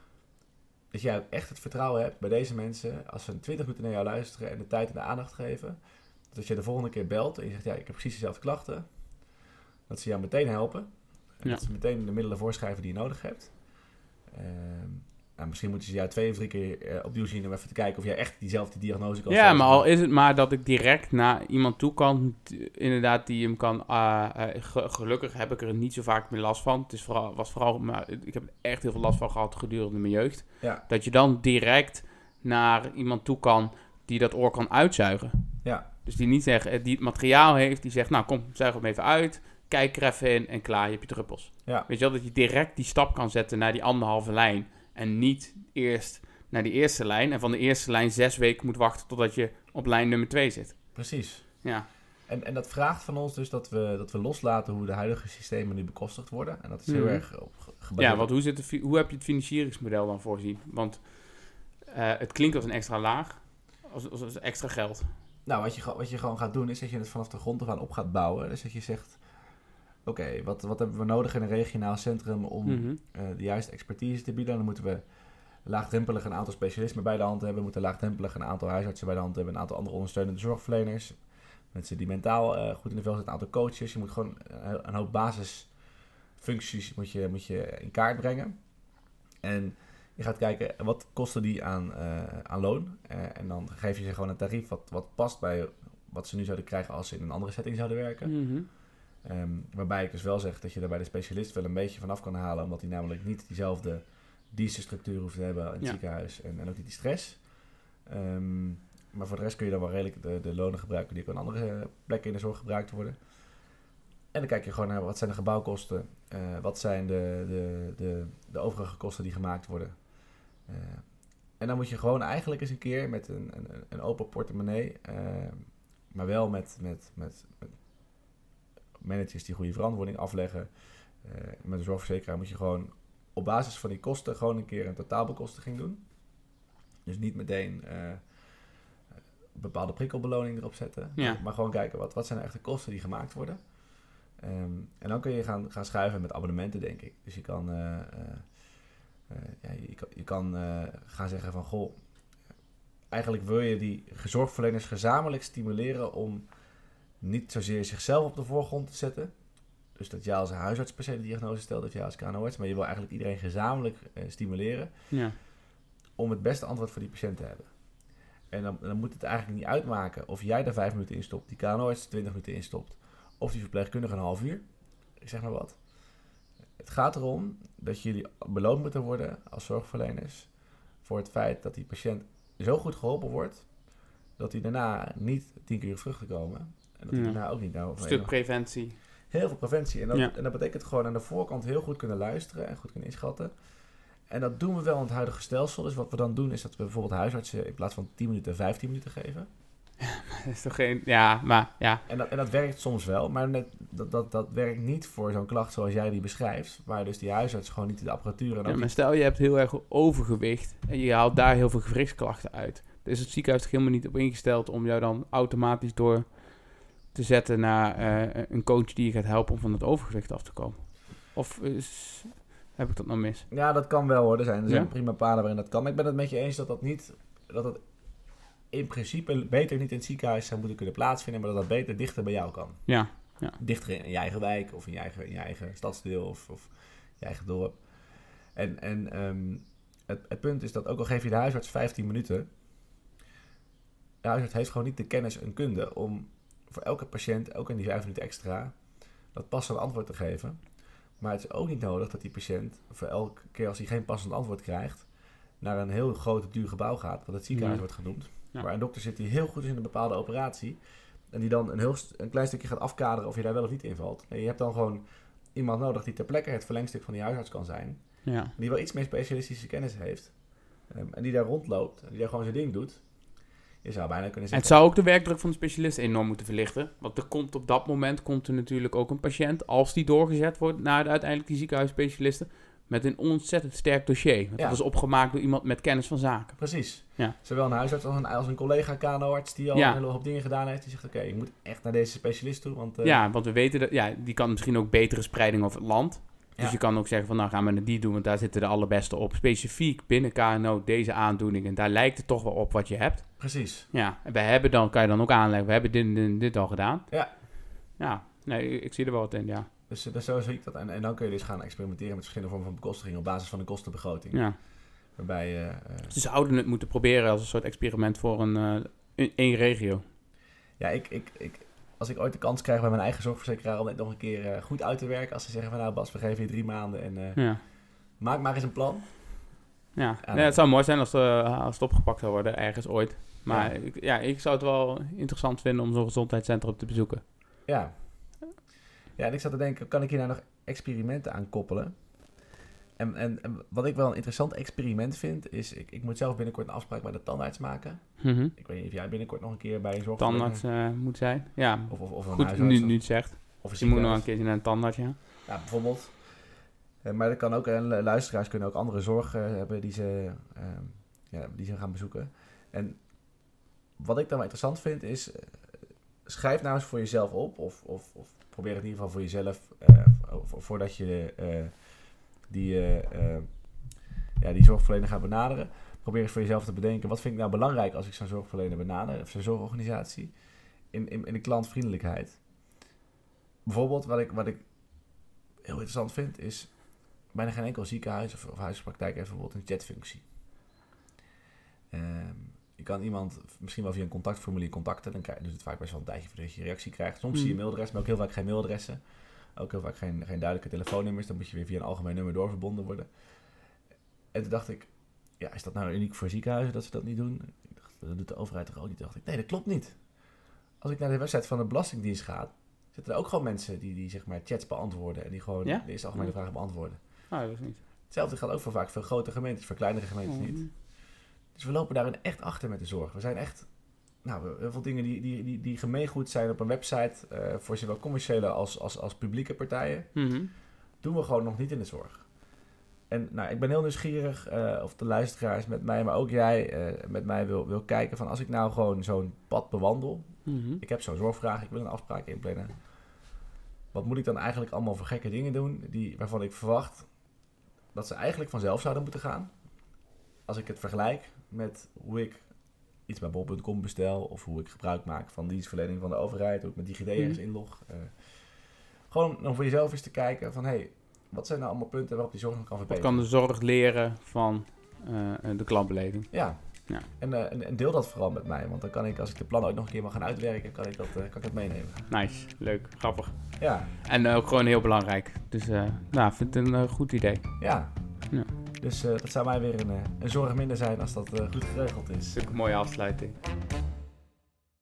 Dat jij ook echt het vertrouwen hebt bij deze mensen, als ze twintig minuten naar jou luisteren en de tijd en de aandacht geven, dat je de volgende keer belt en je zegt, ja, ik heb precies dezelfde klachten, dat ze jou meteen helpen. En ja. Dat ze meteen de middelen voorschrijven die je nodig hebt. Uh, nou, misschien moeten ze jou twee of drie keer uh, opnieuw zien om even te kijken of jij echt diezelfde diagnose kan stellen. Ja, maar al is het maar dat ik direct naar iemand toe kan, t- inderdaad, die hem kan... Uh, uh, ge- gelukkig heb ik er niet zo vaak meer last van. Het is vooral, was vooral, maar ik heb er echt heel veel last van gehad gedurende mijn jeugd. Ja. Dat je dan direct naar iemand toe kan die dat oor kan uitzuigen. Ja. Dus die niet zegt, die het materiaal heeft, die zegt, nou kom, zuig hem even uit, kijk er even in en klaar, je hebt je druppels. Ja. Weet je wel, dat je direct die stap kan zetten naar die anderhalve lijn. En niet eerst naar die eerste lijn. En van de eerste lijn zes weken moet wachten totdat je op lijn nummer twee zit. Precies. Ja. En, en dat vraagt van ons dus dat we, dat we loslaten hoe de huidige systemen nu bekostigd worden. En dat is heel mm-hmm. erg op gebaseerd. Ja, want hoe, zit de, hoe heb je het financieringsmodel dan voorzien? Want uh, het klinkt als een extra laag, als, als, als extra geld. Nou, wat je, wat je gewoon gaat doen is dat je het vanaf de grond af aan op gaat bouwen. Dus dat je zegt, oké, okay, wat, wat hebben we nodig in een regionaal centrum om mm-hmm. uh, de juiste expertise te bieden? Dan moeten we laagdrempelig een aantal specialisten bij de hand hebben. We moeten laagdrempelig een aantal huisartsen bij de hand hebben. Een aantal andere ondersteunende zorgverleners. Mensen die mentaal uh, goed in de vel zitten. Een aantal coaches. Je moet gewoon een, een hoop basisfuncties moet je, moet je in kaart brengen. En je gaat kijken, wat kosten die aan, uh, aan loon? Uh, en dan geef je ze gewoon een tarief wat, wat past bij wat ze nu zouden krijgen als ze in een andere setting zouden werken. Mm-hmm. Um, waarbij ik dus wel zeg dat je er bij de specialist wel een beetje vanaf kan halen. Omdat hij namelijk niet diezelfde dienstenstructuur hoeft te hebben in het ja. ziekenhuis. En, en ook niet die stress. Um, maar voor de rest kun je dan wel redelijk de, de lonen gebruiken die ook aan andere plekken in de zorg gebruikt worden. En dan kijk je gewoon naar wat zijn de gebouwkosten. Uh, wat zijn de, de, de, de overige kosten die gemaakt worden. Uh, en dan moet je gewoon eigenlijk eens een keer met een, een, een open portemonnee. Uh, maar wel met, met, met, met managers die goede verantwoording afleggen. Uh, met een zorgverzekeraar moet je gewoon op basis van die kosten gewoon een keer een totaalbekostiging doen. Dus niet meteen uh, een bepaalde prikkelbeloning erop zetten. Ja. Maar, maar gewoon kijken, wat, wat zijn de echte kosten die gemaakt worden. Um, en dan kun je gaan, gaan schuiven met abonnementen, denk ik. Dus je kan, uh, uh, uh, ja, je kan, je kan uh, gaan zeggen van, goh, eigenlijk wil je die zorgverleners gezamenlijk stimuleren om niet zozeer zichzelf op de voorgrond te zetten. Dus dat jij als huisarts per se de diagnose stelt, dat jij als K N O-arts, maar je wil eigenlijk iedereen gezamenlijk uh, stimuleren ja. om het beste antwoord voor die patiënt te hebben. En dan, dan moet het eigenlijk niet uitmaken of jij er vijf minuten in stopt, die K N O-arts er twintig minuten in stopt, of die verpleegkundige een half uur. Ik zeg maar wat. Het gaat erom dat jullie beloond moeten worden als zorgverleners voor het feit dat die patiënt zo goed geholpen wordt, dat hij daarna niet tien keer terug te komen. En dat hij ja. daarna ook niet... Nou, een stuk preventie. Heel veel preventie. En dat, ja. en dat betekent gewoon aan de voorkant heel goed kunnen luisteren en goed kunnen inschatten. En dat doen we wel in het huidige stelsel. Dus wat we dan doen is dat we bijvoorbeeld huisartsen in plaats van tien minuten vijftien minuten geven. Dat is toch geen... Ja, maar ja. En dat, en dat werkt soms wel, maar net, dat, dat, dat werkt niet voor zo'n klacht zoals jij die beschrijft. Waar dus die huisarts gewoon niet de apparatuur... En ja, ook maar stel je hebt heel erg overgewicht en je haalt daar heel veel gewrichtsklachten uit. Dan is het ziekenhuis er helemaal niet op ingesteld om jou dan automatisch door te zetten naar uh, een coach die je gaat helpen om van het overgewicht af te komen. Of is, heb ik dat nou mis? Ja, dat kan wel hoor. Er zijn, er zijn ja? prima paden waarin dat kan. Maar ik ben het met je eens dat dat niet... Dat het in principe beter niet in het ziekenhuis zou moeten kunnen plaatsvinden, maar dat dat beter dichter bij jou kan. Ja. ja. Dichter in je eigen wijk of in je eigen, in je eigen stadsdeel of, of je eigen dorp. En, en um, het, het punt is dat ook al geef je de huisarts vijftien minuten, de huisarts heeft gewoon niet de kennis en kunde om voor elke patiënt, ook in die vijf minuten extra, dat passende antwoord te geven. Maar het is ook niet nodig dat die patiënt voor elke keer als hij geen passend antwoord krijgt, naar een heel groot duur gebouw gaat, wat het ziekenhuis ja. wordt genoemd. Ja. Waar een dokter zit die heel goed is in een bepaalde operatie. En die dan een, heel st- een klein stukje gaat afkaderen of je daar wel of niet invalt. Nee, je hebt dan gewoon iemand nodig die ter plekke het verlengstuk van die huisarts kan zijn. Ja. Die wel iets meer specialistische kennis heeft. Um, en die daar rondloopt. En die daar gewoon zijn ding doet. Je zou bijna kunnen En zeggen... het zou ook de werkdruk van de specialist enorm moeten verlichten. Want er komt op dat moment komt er natuurlijk ook een patiënt, als die doorgezet wordt naar de, uiteindelijk die ziekenhuisspecialisten, met een ontzettend sterk dossier. Want Ja. dat is opgemaakt door iemand met kennis van zaken. Precies. Ja. Zowel een huisarts als een, als een collega K N O-arts die al Ja. een hele hoop dingen gedaan heeft. Die zegt, oké, je moet echt naar deze specialist toe. Want, uh, Ja, want we weten dat ja, die kan misschien ook betere spreiding over het land. Dus Ja. je kan ook zeggen van nou gaan we naar die doen, want daar zitten de allerbeste op. Specifiek binnen K N O deze aandoeningen, daar lijkt het toch wel op wat je hebt. Precies. Ja, en we hebben dan, kan je dan ook aanleggen, we hebben dit, dit, dit al gedaan. Ja. Ja, nee, ik, ik zie er wel wat in, ja. Dus, dus zo zie ik dat. En, en dan kun je dus gaan experimenteren met verschillende vormen van bekostiging op basis van de kostenbegroting. ja. Waarbij je... Uh, Dus ze zouden het moeten proberen als een soort experiment voor een uh, één regio. ja, ik, ik, ik, als ik ooit de kans krijg bij mijn eigen zorgverzekeraar om dit nog een keer uh, goed uit te werken. Als ze zeggen van nou Bas, we geven je drie maanden en uh, Ja. maak maar eens een plan. Ja, Ja, nee, het zou mooi zijn als, uh, als het opgepakt zou worden, ergens ooit. Maar Ja. ja. Ik, ja, ik zou het wel interessant vinden om zo'n gezondheidscentrum te bezoeken. Ja. Ja, en ik zat te denken, kan ik hier nou nog experimenten aan koppelen? En, en, en wat ik wel een interessant experiment vind, is... Ik, ik moet zelf binnenkort een afspraak bij de tandarts maken. Mm-hmm. Ik weet niet of jij binnenkort nog een keer bij een zorgverlener... Tandarts uh, moet zijn, ja. Of, of, of een Goed, huisarts. nu, of, nu het zegt. of een Je moet nog een ziekenhuis. keertje naar een tandarts, ja. Ja, bijvoorbeeld. Eh, maar dat kan ook, en luisteraars kunnen ook andere zorg uh, hebben die ze, uh, ja, die ze gaan bezoeken. En wat ik dan wel interessant vind is, uh, schrijf nou eens voor jezelf op, of, of, of probeer het in ieder geval voor jezelf, uh, vo- voordat je uh, die, uh, uh, ja, die zorgverlener gaat benaderen. Probeer eens voor jezelf te bedenken, wat vind ik nou belangrijk als ik zo'n zorgverlener benader, of zo'n zorgorganisatie, in, in, in de klantvriendelijkheid. Bijvoorbeeld, wat ik, wat ik heel interessant vind, is bijna geen enkel ziekenhuis of, of huispraktijk heeft bijvoorbeeld een chatfunctie. Um, je kan iemand misschien wel via een contactformulier contacten, dan krijg, duurt het vaak best wel een tijdje voordat je reactie krijgt. Soms mm. zie je mailadres, maar ook heel vaak geen mailadressen. Ook heel vaak geen, geen duidelijke telefoonnummers, dan moet je weer via een algemeen nummer doorverbonden worden. En toen dacht ik, ja, is dat nou uniek voor ziekenhuizen dat ze dat niet doen? Ik dacht, dat doet de overheid toch ook niet? Toen dacht ik, nee, dat klopt niet. Als ik naar de website van de Belastingdienst ga, zitten er ook gewoon mensen die, die zeg maar chats beantwoorden en die gewoon Ja? de eerste algemene vragen beantwoorden. Ah, dat is niet. Hetzelfde geldt ook voor vaak veel grote gemeentes, voor kleinere gemeentes Oh. niet. Dus we lopen daarin echt achter met de zorg. We zijn echt, nou, heel veel dingen die, die, die, die gemeengoed zijn op een website, uh, voor zowel commerciële als, als, als publieke partijen, Mm-hmm. doen we gewoon nog niet in de zorg. En nou, ik ben heel nieuwsgierig uh, of de luisteraars met mij, maar ook jij uh, met mij wil, wil kijken van als ik nou gewoon zo'n pad bewandel. Mm-hmm. Ik heb zo'n zorgvraag, ik wil een afspraak inplannen. Wat moet ik dan eigenlijk allemaal voor gekke dingen doen die, waarvan ik verwacht dat ze eigenlijk vanzelf zouden moeten gaan? Als ik het vergelijk met hoe ik iets bij bol punt com bestel of hoe ik gebruik maak van dienstverlening van de overheid, hoe ik met DigiD ergens inlog. Uh, gewoon om voor jezelf eens te kijken van, hé, hey, wat zijn nou allemaal punten waarop die zorg nog kan Wat verbeteren? kan de zorg leren van uh, de klantbeleving? Ja, ja. En, uh, en, en deel dat vooral met mij, want dan kan ik, als ik de plannen ooit nog een keer mag gaan uitwerken, kan ik dat, uh, kan ik dat meenemen. Nice, leuk, grappig. Ja. En uh, ook gewoon heel belangrijk. Dus uh, nou, ik vind het een uh, goed idee. Ja. ja. Dus uh, dat zou mij weer een, uh, een zorg minder zijn als dat uh, goed geregeld is. Dat is ook een mooie afsluiting.